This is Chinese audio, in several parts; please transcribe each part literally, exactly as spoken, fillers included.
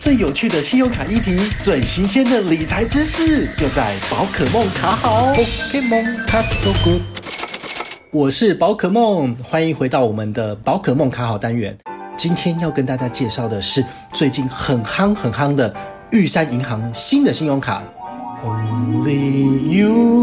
最有趣的信用卡议题，最新鲜的理财知识，就在宝可梦卡好。Pokemon Card So Good。我是宝可梦，欢迎回到我们的宝可梦卡好单元。今天要跟大家介绍的是最近很夯很夯的玉山银行新的信用卡 Only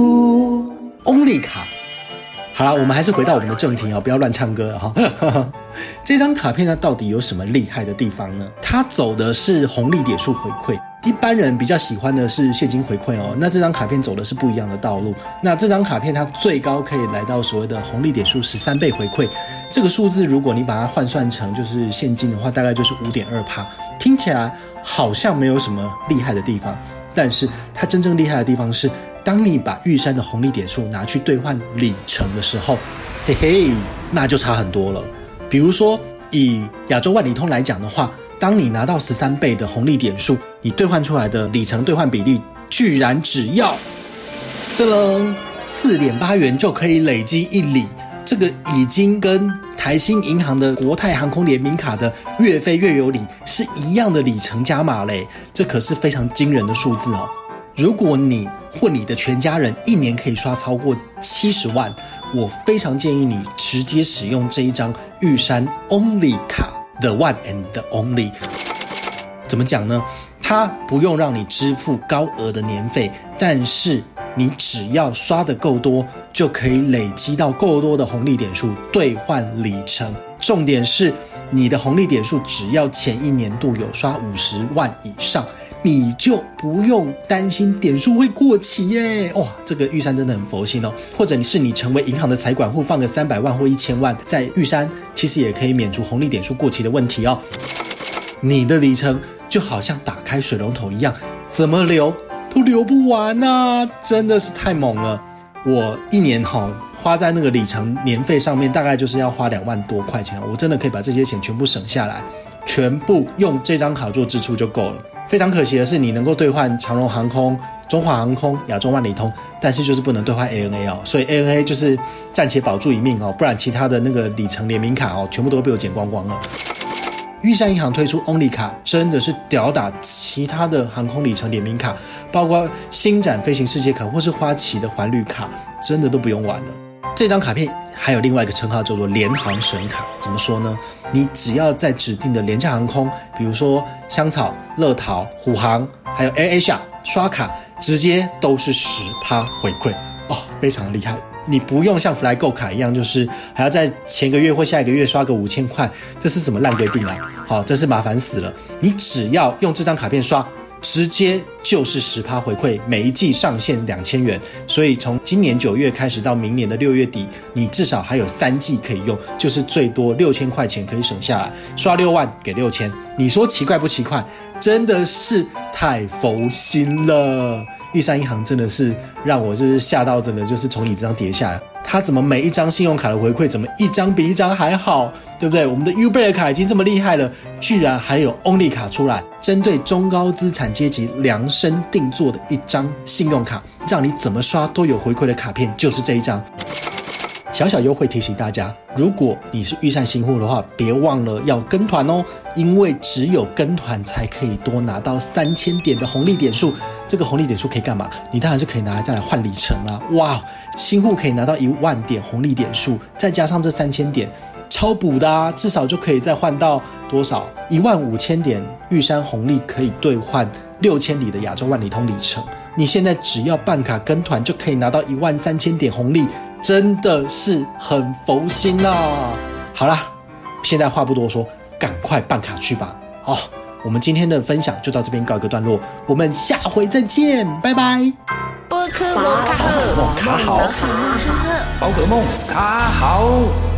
You Only 卡。好啦，我们还是回到我们的正题哦，不要乱唱歌哈。这张卡片它到底有什么厉害的地方呢？它走的是红利点数回馈，一般人比较喜欢的是现金回馈哦。那这张卡片走的是不一样的道路。那这张卡片它最高可以来到所谓的红利点数十三倍回馈，这个数字如果你把它换算成就是现金的话，大概就是 百分之五点二。听起来好像没有什么厉害的地方，但是它真正厉害的地方是，当你把玉山的红利点数拿去兑换里程的时候，嘿嘿，那就差很多了。比如说以亚洲万里通来讲的话，当你拿到十三倍的红利点数，你兑换出来的里程兑换比例居然只要噔噔 四点八元就可以累积一里，这个已经跟台新银行的国泰航空联名卡的月飞月有里是一样的里程加码嘞，这可是非常惊人的数字哦。如果你或你的全家人一年可以刷超过七十万，我非常建议你直接使用这一张玉山 Only 卡 The One and the Only。 怎么讲呢？它不用让你支付高额的年费，但是你只要刷得够多，就可以累积到够多的红利点数兑换里程。重点是你的红利点数只要前一年度有刷五十万以上，你就不用担心点数会过期耶！哇，这个玉山真的很佛心哦。或者你是你成为银行的财管户，放个三百万或一千万在玉山，其实也可以免除红利点数过期的问题哦。你的里程就好像打开水龙头一样，怎么流都流不完啊！真的是太猛了。我一年哈花在那个里程年费上面，大概就是要花两万多块钱，我真的可以把这些钱全部省下来，全部用这张卡做支出就够了。非常可惜的是，你能够兑换长荣航空、中华航空、亚洲万里通，但是就是不能兑换 A N A 哦，所以 A N A 就是暂且保住一命哦，不然其他的那个里程联名卡哦，全部都被我剪光光了。玉山银行推出 Only 卡真的是吊打其他的航空里程联名卡，包括星展飞行世界卡或是花旗的环旅卡，真的都不用玩了。这张卡片还有另外一个称号叫做联航神卡，怎么说呢？你只要在指定的廉价航空，比如说香草、乐桃、虎航还有 AirAsia 刷卡，直接都是 百分之十 回馈哦，非常厉害。你不用像 Flygo 卡一样，就是还要在前个月或下一个月刷个五千块，这是什么烂规定啊？好，这是麻烦死了。你只要用这张卡片刷，直接就是 百分之十 回馈，每一季上限两千元。所以从今年九月开始到明年的六月底，你至少还有三季可以用，就是最多六千块钱可以省下来，刷六万给六千。你说奇怪不奇怪？真的是太佛心了。玉山银行真的是让我就是吓到整个就是从椅子上跌下来，它怎么每一张信用卡的回馈怎么一张比一张还好，对不对？我们的 Uber 卡已经这么厉害了，居然还有 Only 卡出来，针对中高资产阶级量身定做的一张信用卡，让你怎么刷都有回馈的卡片，就是这一张。小小优惠提醒大家，如果你是玉山新户的话，别忘了要跟团哦，因为只有跟团才可以多拿到三千点的红利点数。这个红利点数可以干嘛？你当然是可以拿来再来换里程啦。哇，新户可以拿到一万点红利点数，再加上这三千点，超补的啊！至少就可以再换到多少？一万五千点玉山红利可以兑换六千里的亚洲万里通里程。你现在只要办卡跟团就可以拿到一万三千点红利，真的是很佛心啊！好啦，现在话不多说，赶快办卡去吧！好，我们今天的分享就到这边告一个段落，我们下回再见，拜拜！ 宝可梦卡好， 宝可梦卡好， 宝可梦卡好。